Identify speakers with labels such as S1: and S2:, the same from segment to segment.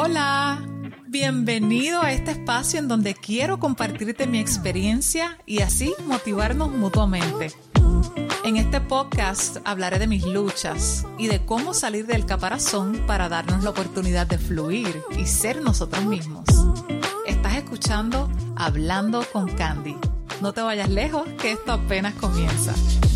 S1: Hola, bienvenido a este espacio en donde quiero compartirte mi experiencia y así motivarnos mutuamente. En este podcast hablaré de mis luchas y de cómo salir del caparazón para darnos la oportunidad de fluir y ser nosotros mismos. Estás escuchando Hablando con Candy. No te vayas lejos, que esto apenas comienza.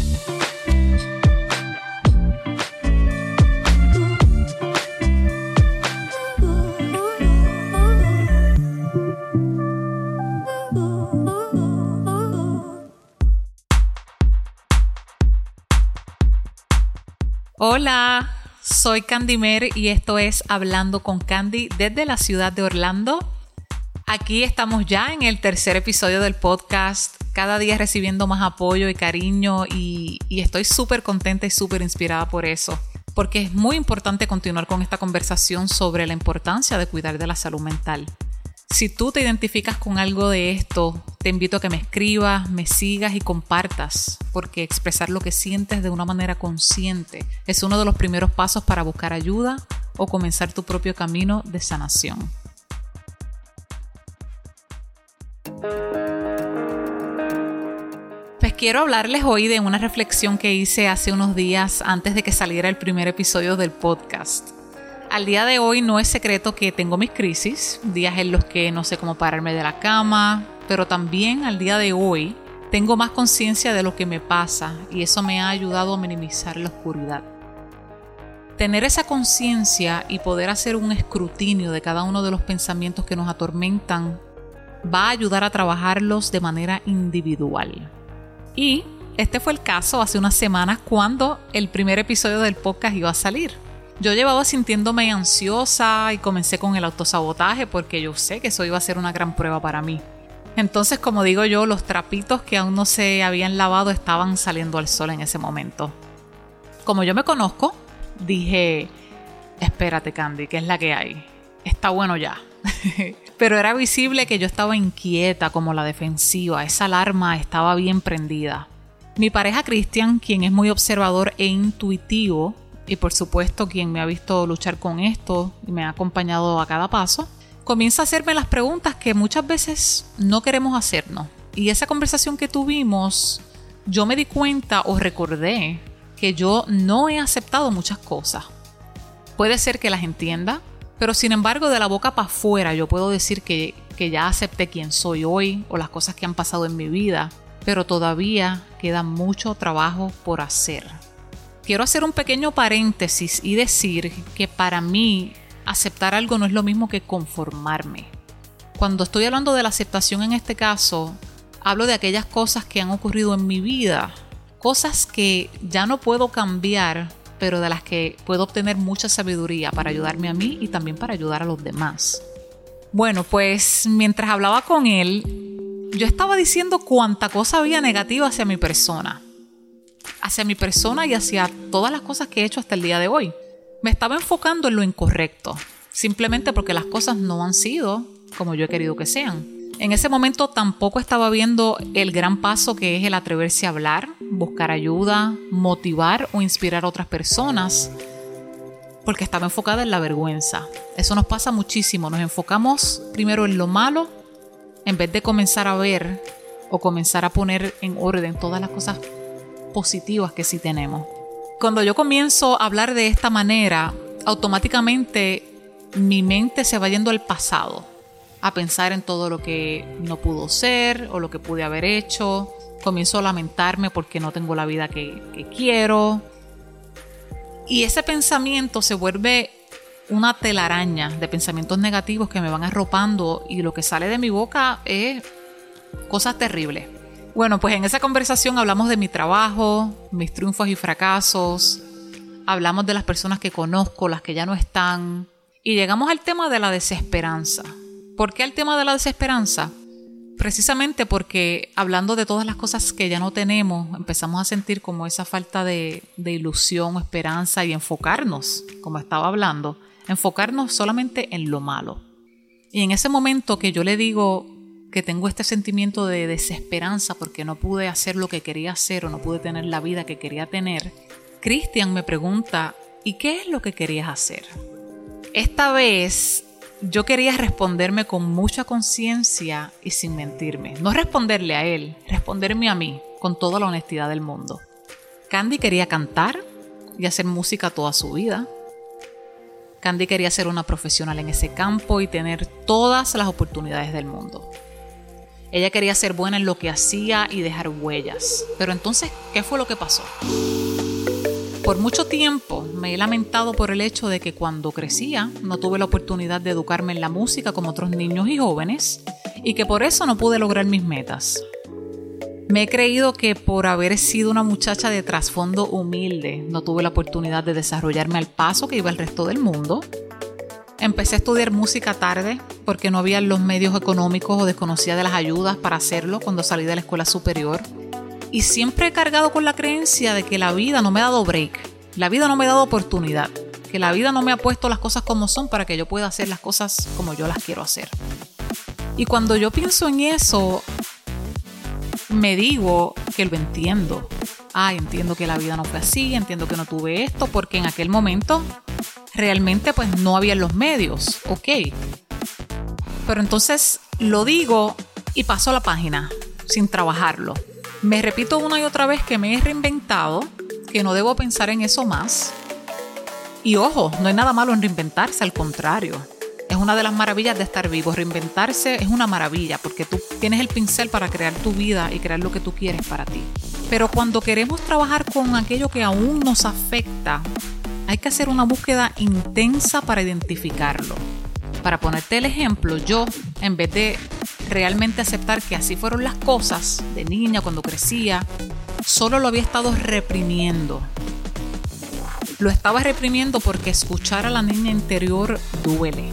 S1: Hola, soy Candy Mer y esto es Hablando con Candy desde la ciudad de Orlando. Aquí estamos ya en el tercer episodio del podcast, cada día recibiendo más apoyo y cariño y estoy súper contenta y súper inspirada por eso, porque es muy importante continuar con esta conversación sobre la importancia de cuidar de la salud mental. Si tú te identificas con algo de esto, te invito a que me escribas, me sigas y compartas, porque expresar lo que sientes de una manera consciente es uno de los primeros pasos para buscar ayuda o comenzar tu propio camino de sanación. Pues quiero hablarles hoy de una reflexión que hice hace unos días antes de que saliera el primer episodio del podcast. Al día de hoy no es secreto que tengo mis crisis, días en los que no sé cómo pararme de la cama, pero también al día de hoy tengo más conciencia de lo que me pasa y eso me ha ayudado a minimizar la oscuridad. Tener esa conciencia y poder hacer un escrutinio de cada uno de los pensamientos que nos atormentan va a ayudar a trabajarlos de manera individual. Y este fue el caso hace unas semanas cuando el primer episodio del podcast iba a salir. Yo llevaba sintiéndome ansiosa y comencé con el autosabotaje porque yo sé que eso iba a ser una gran prueba para mí. Entonces, como digo yo, los trapitos que aún no se habían lavado estaban saliendo al sol en ese momento. Como yo me conozco, dije, espérate Candy, ¿qué es la que hay? Está bueno ya. Pero era visible que yo estaba inquieta como la defensiva, esa alarma estaba bien prendida. Mi pareja Cristian, quien es muy observador e intuitivo, y por supuesto quien me ha visto luchar con esto y me ha acompañado a cada paso, comienza a hacerme las preguntas que muchas veces no queremos hacernos. Y esa conversación que tuvimos, yo me di cuenta o recordé que yo no he aceptado muchas cosas. Puede ser que las entienda, pero sin embargo de la boca para afuera yo puedo decir que ya acepté quién soy hoy o las cosas que han pasado en mi vida, pero todavía queda mucho trabajo por hacer. Quiero hacer un pequeño paréntesis y decir que para mí aceptar algo no es lo mismo que conformarme. Cuando estoy hablando de la aceptación en este caso, hablo de aquellas cosas que han ocurrido en mi vida, cosas que ya no puedo cambiar, pero de las que puedo obtener mucha sabiduría para ayudarme a mí y también para ayudar a los demás. Bueno, pues mientras hablaba con él, yo estaba diciendo cuánta cosa había negativa hacia mi persona y hacia todas las cosas que he hecho hasta el día de hoy. Me estaba enfocando en lo incorrecto, simplemente porque las cosas no han sido como yo he querido que sean. En ese momento tampoco estaba viendo el gran paso que es el atreverse a hablar, buscar ayuda, motivar o inspirar a otras personas, porque estaba enfocada en la vergüenza. Eso nos pasa muchísimo, nos enfocamos primero en lo malo en vez de comenzar a ver o comenzar a poner en orden todas las cosas positivas que sí tenemos. Cuando yo comienzo a hablar de esta manera, automáticamente mi mente se va yendo al pasado, a pensar en todo lo que no pudo ser o lo que pude haber hecho. Comienzo a lamentarme porque no tengo la vida que quiero. Y ese pensamiento se vuelve una telaraña de pensamientos negativos que me van arropando y lo que sale de mi boca es cosas terribles. Bueno, pues en esa conversación hablamos de mi trabajo, mis triunfos y fracasos, hablamos de las personas que conozco, las que ya no están, y llegamos al tema de la desesperanza. ¿Por qué el tema de la desesperanza? Precisamente porque hablando de todas las cosas que ya no tenemos, empezamos a sentir como esa falta de ilusión, esperanza y enfocarnos, como estaba hablando, enfocarnos solamente en lo malo. Y en ese momento que yo le digo que tengo este sentimiento de desesperanza porque no pude hacer lo que quería hacer o no pude tener la vida que quería tener, Cristian me pregunta, ¿y qué es lo que querías hacer? Esta vez yo quería responderme con mucha conciencia y sin mentirme. No responderle a él, responderme a mí con toda la honestidad del mundo. Candy quería cantar y hacer música toda su vida. Candy quería ser una profesional en ese campo y tener todas las oportunidades del mundo. Ella quería ser buena en lo que hacía y dejar huellas. Pero entonces, ¿qué fue lo que pasó? Por mucho tiempo me he lamentado por el hecho de que cuando crecía no tuve la oportunidad de educarme en la música como otros niños y jóvenes y que por eso no pude lograr mis metas. Me he creído que por haber sido una muchacha de trasfondo humilde no tuve la oportunidad de desarrollarme al paso que iba el resto del mundo. Empecé a estudiar música tarde porque no había los medios económicos o desconocía de las ayudas para hacerlo cuando salí de la escuela superior. Y siempre he cargado con la creencia de que la vida no me ha dado break, la vida no me ha dado oportunidad, que la vida no me ha puesto las cosas como son para que yo pueda hacer las cosas como yo las quiero hacer. Y cuando yo pienso en eso, me digo que lo entiendo. Entiendo que la vida no fue así, entiendo que no tuve esto, porque en aquel momento realmente pues no había los medios, ok. Pero entonces lo digo y paso a la página sin trabajarlo. Me repito una y otra vez que me he reinventado, que no debo pensar en eso más. Y ojo, no hay nada malo en reinventarse, al contrario. Es una de las maravillas de estar vivo. Reinventarse es una maravilla porque tú tienes el pincel para crear tu vida y crear lo que tú quieres para ti. Pero cuando queremos trabajar con aquello que aún nos afecta, hay que hacer una búsqueda intensa para identificarlo. Para ponerte el ejemplo, yo, en vez de realmente aceptar que así fueron las cosas de niña cuando crecía, solo lo había estado reprimiendo. Lo estaba reprimiendo porque escuchar a la niña interior duele.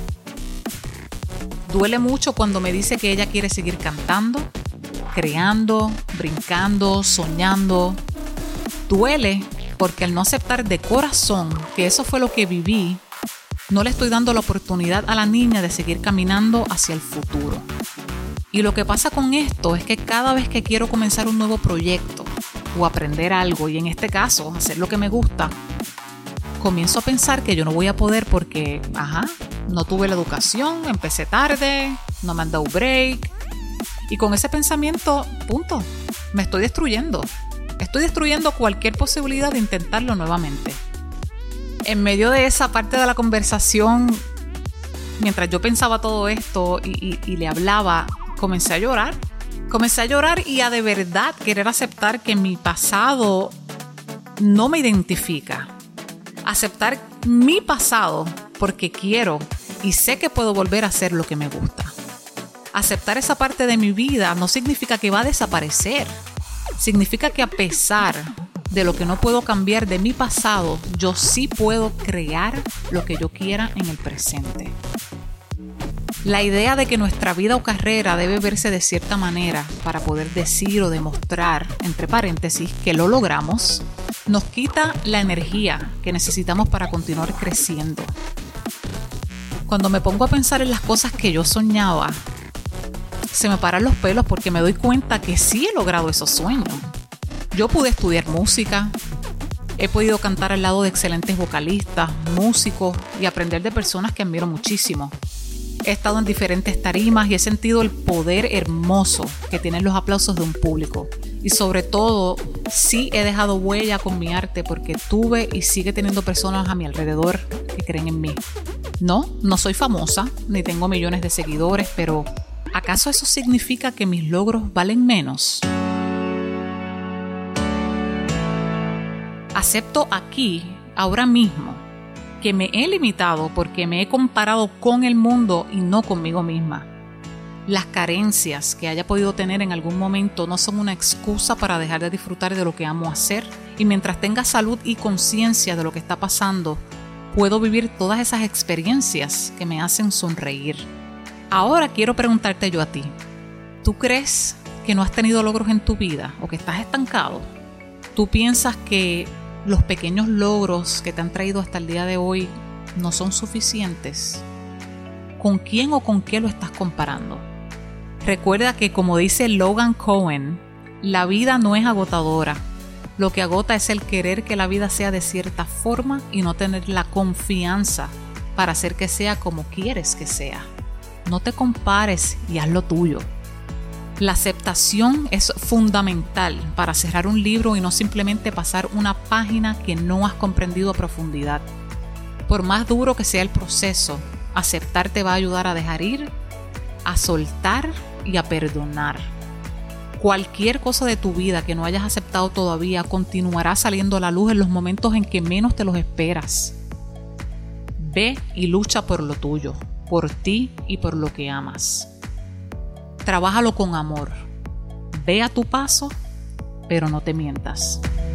S1: Duele mucho cuando me dice que ella quiere seguir cantando, creando, brincando, soñando. Duele porque al no aceptar de corazón que eso fue lo que viví, no le estoy dando la oportunidad a la niña de seguir caminando hacia el futuro. Y lo que pasa con esto es que cada vez que quiero comenzar un nuevo proyecto o aprender algo, y en este caso hacer lo que me gusta, comienzo a pensar que yo no voy a poder porque, no tuve la educación, empecé tarde, no me han dado break. Y con ese pensamiento, me estoy destruyendo. Estoy destruyendo cualquier posibilidad de intentarlo nuevamente. En medio de esa parte de la conversación, mientras yo pensaba todo esto y le hablaba, comencé a llorar. Comencé a llorar y a de verdad querer aceptar que mi pasado no me identifica. Aceptar mi pasado porque quiero y sé que puedo volver a hacer lo que me gusta. Aceptar esa parte de mi vida no significa que va a desaparecer. Significa que a pesar de lo que no puedo cambiar de mi pasado, yo sí puedo crear lo que yo quiera en el presente. La idea de que nuestra vida o carrera debe verse de cierta manera para poder decir o demostrar, entre paréntesis, que lo logramos, nos quita la energía que necesitamos para continuar creciendo. Cuando me pongo a pensar en las cosas que yo soñaba, se me paran los pelos porque me doy cuenta que sí he logrado esos sueños. Yo pude estudiar música, he podido cantar al lado de excelentes vocalistas, músicos y aprender de personas que admiro muchísimo. He estado en diferentes tarimas y he sentido el poder hermoso que tienen los aplausos de un público. Y sobre todo, sí he dejado huella con mi arte porque tuve y sigue teniendo personas a mi alrededor que creen en mí. No soy famosa, ni tengo millones de seguidores, pero ¿acaso eso significa que mis logros valen menos? Acepto aquí, ahora mismo, que me he limitado porque me he comparado con el mundo y no conmigo misma. Las carencias que haya podido tener en algún momento no son una excusa para dejar de disfrutar de lo que amo hacer. Y mientras tenga salud y conciencia de lo que está pasando, puedo vivir todas esas experiencias que me hacen sonreír. Ahora quiero preguntarte yo a ti. ¿Tú crees que no has tenido logros en tu vida o que estás estancado? ¿Tú piensas que los pequeños logros que te han traído hasta el día de hoy no son suficientes? ¿Con quién o con qué lo estás comparando? Recuerda que, como dice Logan Cohen, la vida no es agotadora. Lo que agota es el querer que la vida sea de cierta forma y no tener la confianza para hacer que sea como quieres que sea. No te compares y haz lo tuyo. La aceptación es fundamental para cerrar un libro y no simplemente pasar una página que no has comprendido a profundidad. Por más duro que sea el proceso, aceptar te va a ayudar a dejar ir, a soltar y a perdonar. Cualquier cosa de tu vida que no hayas aceptado todavía continuará saliendo a la luz en los momentos en que menos te los esperas. Ve y lucha por lo tuyo, por ti y por lo que amas. Trabájalo con amor. Ve a tu paso, pero no te mientas.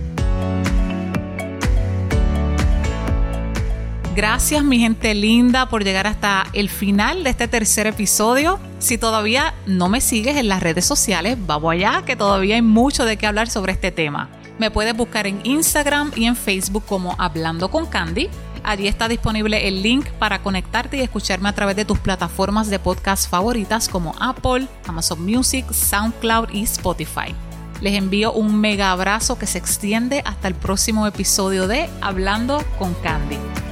S1: Gracias, mi gente linda, por llegar hasta el final de este tercer episodio. Si todavía no me sigues en las redes sociales, vamos allá, que todavía hay mucho de qué hablar sobre este tema. Me puedes buscar en Instagram y en Facebook como Hablando con Candy. Allí está disponible el link para conectarte y escucharme a través de tus plataformas de podcast favoritas como Apple, Amazon Music, SoundCloud y Spotify. Les envío un mega abrazo que se extiende hasta el próximo episodio de Hablando con Candy.